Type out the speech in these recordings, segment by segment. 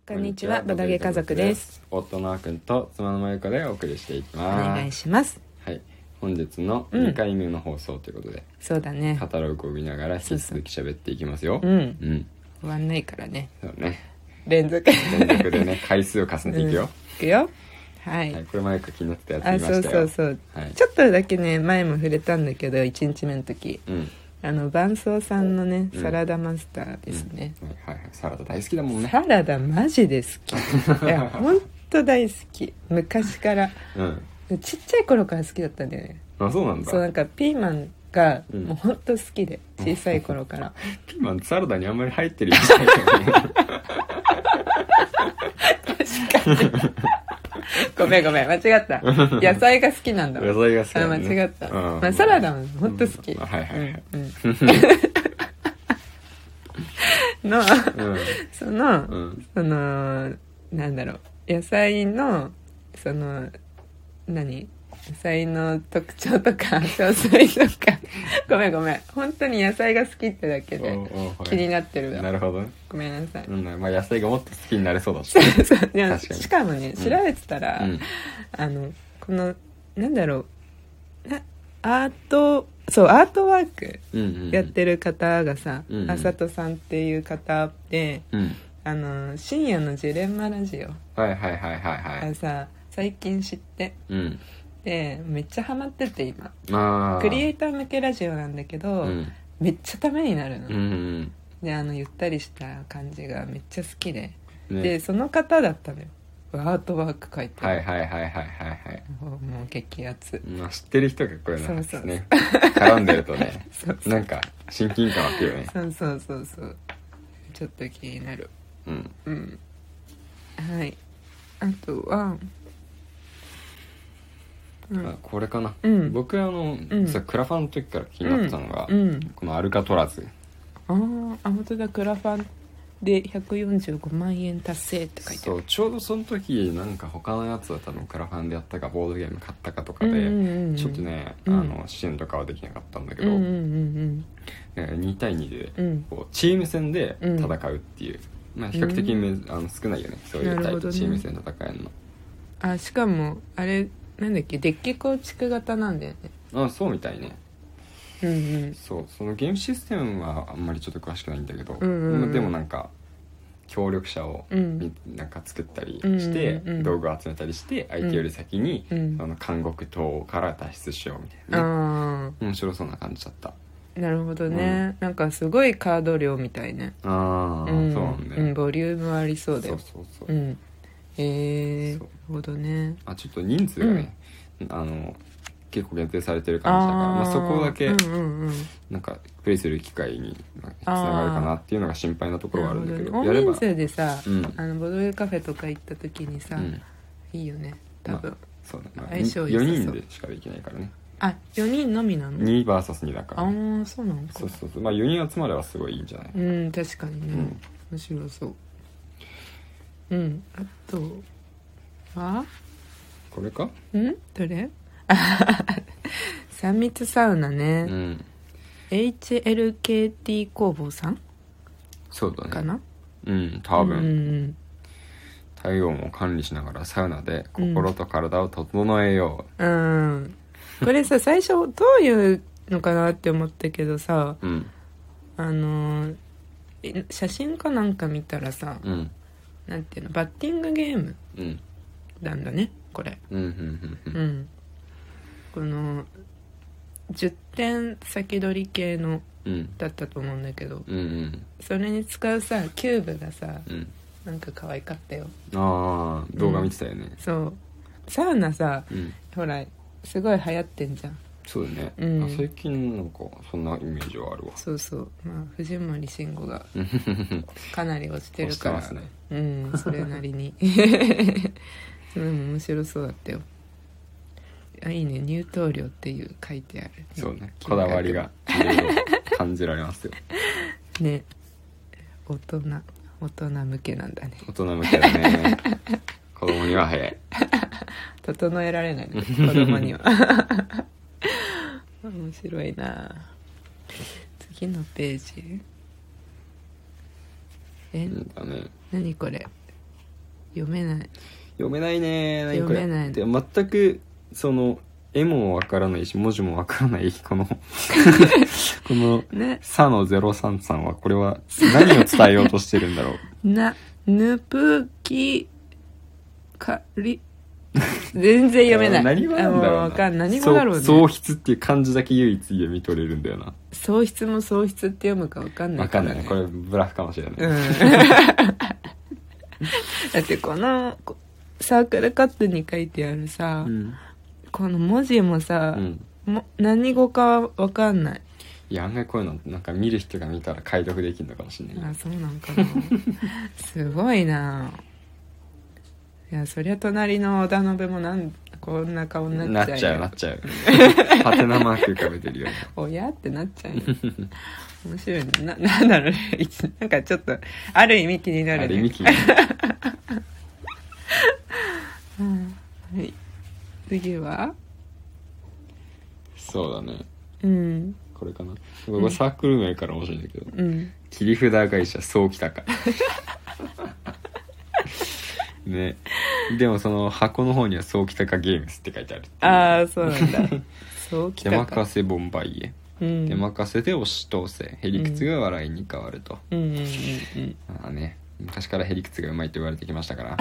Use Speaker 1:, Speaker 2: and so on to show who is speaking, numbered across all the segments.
Speaker 1: こんにちは、ボドゲ家族です。
Speaker 2: 夫のあくんと妻のまゆかでお送りしていきます。
Speaker 1: お願いします。
Speaker 2: はい、本日の2回目の放送ということで、
Speaker 1: そうだね、
Speaker 2: カタログを見ながら引き続き喋っていきますよ。
Speaker 1: 終わんないからね。
Speaker 2: そうね、
Speaker 1: 連続
Speaker 2: でね回数を重ねていくよ。
Speaker 1: いくよ。はい、
Speaker 2: これまゆか気になってたやつ見ましたよ。
Speaker 1: そう、ちょっとだけね前も触れたんだけど、1日目の時、伴奏さんのね、サラダマスターですね、
Speaker 2: サラダ大好きだもんね。
Speaker 1: サラダマジで好き。いやほんと大好き、昔から、ちっちゃい頃から好きだったんだよね。
Speaker 2: あ、そうなんだ。
Speaker 1: そう、なんかピーマンがもうほんと好きで、小さい頃から
Speaker 2: ピーマンサラダにあんまり入ってるよね。
Speaker 1: 確かに。ごめん間違った。野菜が好きなんだ。
Speaker 2: 野菜が好きなんだ、ね、
Speaker 1: 間違った、まあ、サラダもほんと好き、の、そのなんだろう、野菜の野菜の特徴とか詳細とかごめん本当に野菜が好きってだけで気になってるわ。
Speaker 2: なるほどね、
Speaker 1: ごめんなさい。
Speaker 2: まあ、野菜がもっと好きになれそうだし。
Speaker 1: そうしかもね、調べてたら、このなんだろう、アートワークやってる方がさ、あさとさんっていう方で、深夜のジレンマラジオがさ最近知って、でめっちゃハマってて今、クリエイター向けラジオなんだけど、めっちゃためになるの、でゆったりした感じがめっちゃ好きで、でその方だったのよ、アートワーク書いてる。もう激アツ、
Speaker 2: 知ってる人がこれなんですね。絡んでるとねなんか親近感湧くよね。
Speaker 1: そうちょっと気になる。はい、あとは
Speaker 2: これかな、僕クラファンの時から気になってたのが、このアルカトラズ。
Speaker 1: 本当だ、クラファンで145万円達成って書いてある。
Speaker 2: そう、ちょうどその時なんか他のやつは多分クラファンでやったかボードゲーム買ったかとかで、ちょっとね支援とかはできなかったんだけど、2対2でこうチーム戦で戦うっていう、比較的少ないよね、そういうタイプ、チーム戦で戦えるの。
Speaker 1: しかもあれなんだっけ、デッキ構築型なんだよね。
Speaker 2: そうみたいね。そう、そのゲームシステムはあんまりちょっと詳しくないんだけど、でもなんか協力者をなんか作ったりして、道具を集めたりして相手より先に監獄島から脱出しようみたいなね。面白そうな感じだった。
Speaker 1: なるほどね、なんかすごいカード量みたいね。
Speaker 2: そうなんだよ、
Speaker 1: ボリュームありそうだよ。
Speaker 2: そう
Speaker 1: なるほどね。
Speaker 2: ちょっと人数がね、結構限定されてる感じだから、そこだけなんかプレイする機会につながるかなっていうのが心配なところはあるんだけど、
Speaker 1: 大人数でさ、ボドゲカフェとか行った時にさ、いいよね多分。
Speaker 2: そうだね、
Speaker 1: 相性良さそう。
Speaker 2: 4人でしかできないからね。
Speaker 1: 4人のみなの？
Speaker 2: 2vs2 だから、
Speaker 1: そうなのか。
Speaker 2: そう4人集まればすごいいいんじゃない？
Speaker 1: 確かにね、面白そう。あとは
Speaker 2: これか？
Speaker 1: どれ3密サウナね、HLKT 工房さん
Speaker 2: そうだね
Speaker 1: かな。
Speaker 2: 多分、体温を管理しながらサウナで心と体を整えよう。
Speaker 1: これさ最初どういうのかなって思ったけどさ、写真かなんか見たらさ、なんていうの、バッティングゲームなんだねこれ。この10点先取り系のだったと思うんだけど、それに使うさキューブがさ、なんか可愛かったよ。
Speaker 2: 動画見てたよね。
Speaker 1: そうサウナさ、ほらすごい流行ってんじゃん。そうだ
Speaker 2: ね、最近なんかそんなイメージはあるわ。
Speaker 1: 藤森慎吾がかなり落ちてるから
Speaker 2: してますね。
Speaker 1: それなりにそれも面白そうだったよ。いいね、入湯料っていう書いてある。
Speaker 2: そうね、こだわりがいろいろ感じられますよ
Speaker 1: ね。大人向けなんだね。
Speaker 2: 大人向けだね子供には早い。
Speaker 1: 整えられないね子供には面白いな。次のページ。
Speaker 2: だね、
Speaker 1: 何これ。 読めない
Speaker 2: ね。何これ
Speaker 1: 読めない
Speaker 2: で全くその絵もわからないし文字もわからないこのこの
Speaker 1: ね
Speaker 2: サの033はこれは何を伝えようとしてるんだろう
Speaker 1: ぬぷきかり全然読めない
Speaker 2: 何語なんだろうな。
Speaker 1: わかんない何語だろうね。
Speaker 2: 喪失っていう漢字だけ唯一読み取れるんだよな。
Speaker 1: 喪失も喪失って読むかわかんないから、ね、
Speaker 2: わかんない。これブラフかもしれない、
Speaker 1: だってこのサークルカットに書いてあるさ、この文字もさ、何語かわかんない。
Speaker 2: いや案外こういうのなんか見る人が見たら解読できるのかもしれない。
Speaker 1: あ、そうなんかなすごいな。いやそりゃ隣の織田信もこんな顔になっちゃう
Speaker 2: なっちゃうハテナマーク浮かべてるよね
Speaker 1: 親ってなっちゃうよ面白いね。なんだろうねなんかちょっとある意味気になるね。
Speaker 2: ある意味気になる
Speaker 1: はい、次は
Speaker 2: そうだね。これかな。これサークル名から面白いんだけど、切り札会社そうきたかね。でもその箱の方にはそうきたかゲームスって書いてある。
Speaker 1: ああそうなんだそうきたか。
Speaker 2: 手任せボンバイエ、手任せで押し通せ、へりくつが笑いに変わると。まあね、昔からへりくつがうまいと言われてきましたから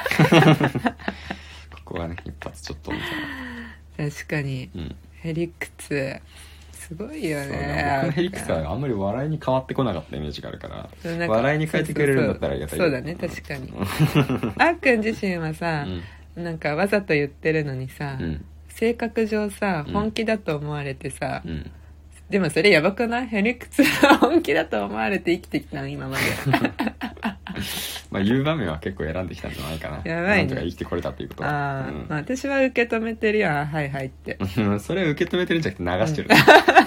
Speaker 2: ここはね一発ちょっとみたいな。
Speaker 1: 確かに、へりくつすごいよね。
Speaker 2: 僕のヘリクスはあんまり笑いに変わってこなかったイメージがあるから、笑いに変えてくれるんだったらありがたい。
Speaker 1: そうだね確かにあっくん自身はさ、なんかわざと言ってるのにさ、性格上さ本気だと思われてさ、でもそれやばくない？ヘリクツは本気だと思われて生きてきたの今まで
Speaker 2: まあ言う場面は結構選んできたんじゃないかな。
Speaker 1: やばいね。
Speaker 2: なんとか生きてこれたっていうことは。
Speaker 1: まあ、私は受け止めてるよ。はいはいって
Speaker 2: それ受け止めてるんじゃなくて流してる、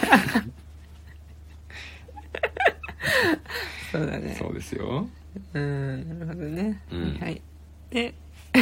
Speaker 1: そうだね。
Speaker 2: そうですよ。
Speaker 1: なるほどね、はいで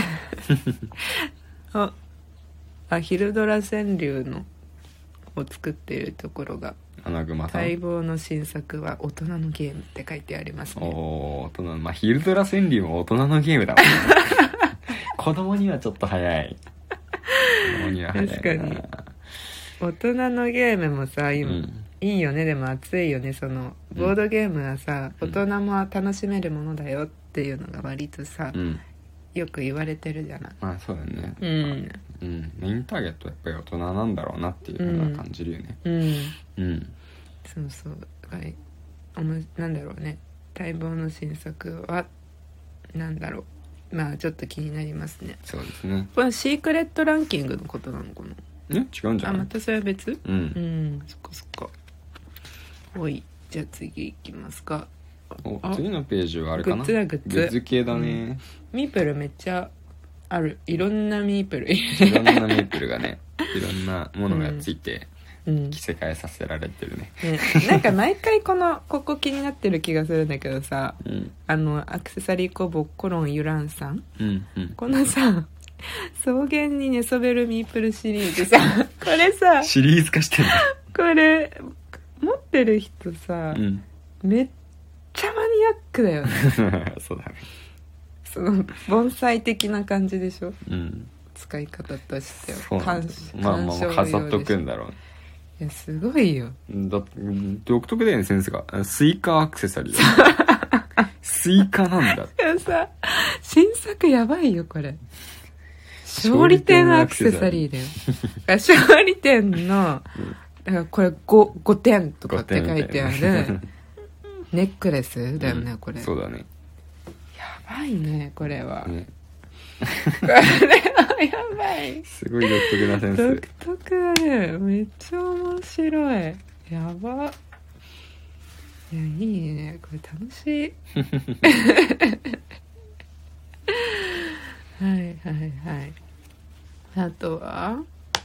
Speaker 1: ヒルドラ川柳のを作っているところが
Speaker 2: 穴熊さん、
Speaker 1: 待望の新作は大人のゲームって書いてありますね。
Speaker 2: 大人、まあヒルドラ川柳も大人のゲームだもんね子供にはちょっと早い。子供には早いな。
Speaker 1: 確かに大人のゲームもさ今、いいよね。でも熱いよね。そのボードゲームはさ、大人も楽しめるものだよっていうのが割とさ、よく言われてるじゃない。
Speaker 2: まあそうだね。メインターゲットはやっぱり大人なんだろうなっていうのは感じるよね。
Speaker 1: そうそう。なんだろうね。待望の新作はなんだろう。まあちょっと気になりますね。
Speaker 2: そうですね。
Speaker 1: これシークレットランキングのことなのかな。
Speaker 2: 違うんじゃない？
Speaker 1: またそれは別？そっかそっか。おい、じゃあ次行きますか。
Speaker 2: 次のページはあれかな。
Speaker 1: グッズだグッズ
Speaker 2: 系だね。
Speaker 1: ミープルめっちゃある。いろんなミープル
Speaker 2: いろんなミープルがねいろんなものがついて、着せ替えさせられてるね。
Speaker 1: なんか毎回ここ気になってる気がするんだけどさ、アクセサリー工房コロンユランさん、このさ草原に寝そべるミープルシリーズさこれさ
Speaker 2: シリーズ化してる
Speaker 1: これ持ってる人さ、めっちゃマニアックだよね
Speaker 2: そうだね。
Speaker 1: その盆栽的な感じでしょ、使い方としては
Speaker 2: まあ飾っとくんだろうね。
Speaker 1: いやすごいよ。
Speaker 2: 独特だよねセンスが。スイカアクセサリースイカなんだ。
Speaker 1: いやさ新作やばいよこれ。勝利点アクセサリーだよ勝利点のだからこれ 5点とかって書いてあるネックレスだよね、これ。
Speaker 2: そうだね。
Speaker 1: やばいねこれは、これはやばい。
Speaker 2: すごい独特なセンス。
Speaker 1: 独特だね。めっちゃ面白い。やば。いやいいねこれ楽しいはいはいはい。あとは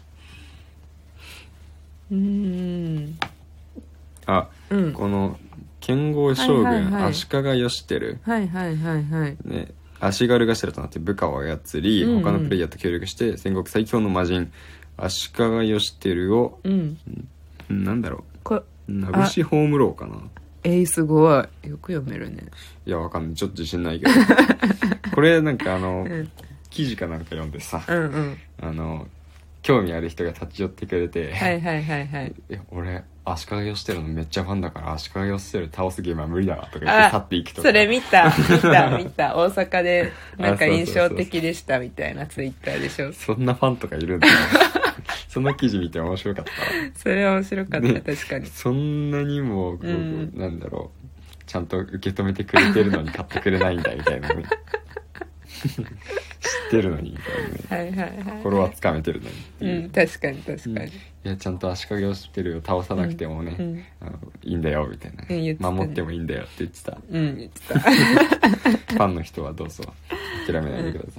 Speaker 2: この剣豪将軍、足利義輝、ね、足軽頭となって部下を操り、他のプレイヤーと協力して戦国最強の魔人足利義輝を、なんだろう、名伏葬ろうかな。
Speaker 1: すごいよく読めるね。
Speaker 2: いやわかんない、ちょっと自信ないけどこれなんか
Speaker 1: ん、
Speaker 2: 記事かなんか読んでさ、
Speaker 1: うんうん、
Speaker 2: 興味ある人が立ち寄ってくれて、
Speaker 1: はいはいはいはい、
Speaker 2: 俺足利義輝のめっちゃファンだから足利義輝倒すゲームは無理だわとか言って去っていくとか。
Speaker 1: それ見た大阪でなんか印象的でしたみたいなツイッターでしょ。
Speaker 2: そんなファンとかいるんだよその記事見て面白かった
Speaker 1: それは面白かった、
Speaker 2: ね、
Speaker 1: 確かに
Speaker 2: そんなにもなんだろう、ちゃんと受け止めてくれてるのに買ってくれないんだみたいなね知ってるのにみたいなね、
Speaker 1: はいはいはい、
Speaker 2: 心はつかめてるのに、
Speaker 1: うん、確かに確かに、
Speaker 2: いやちゃんと足利義輝を倒さなくてもね、いいんだよみたいな、
Speaker 1: ね、
Speaker 2: 守ってもいいんだよって言ってた、
Speaker 1: 言ってた
Speaker 2: ファンの人はどうぞ諦めないでくださ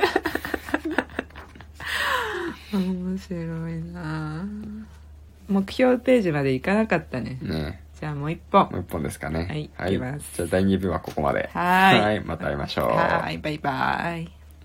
Speaker 1: い、面白いな。目標ページまで行かなかったね。じゃあもう一本
Speaker 2: ですかね。
Speaker 1: はい、いきます。
Speaker 2: じゃあ第2部はここまで。
Speaker 1: はい、
Speaker 2: また会いましょう。
Speaker 1: はい、バイバイ。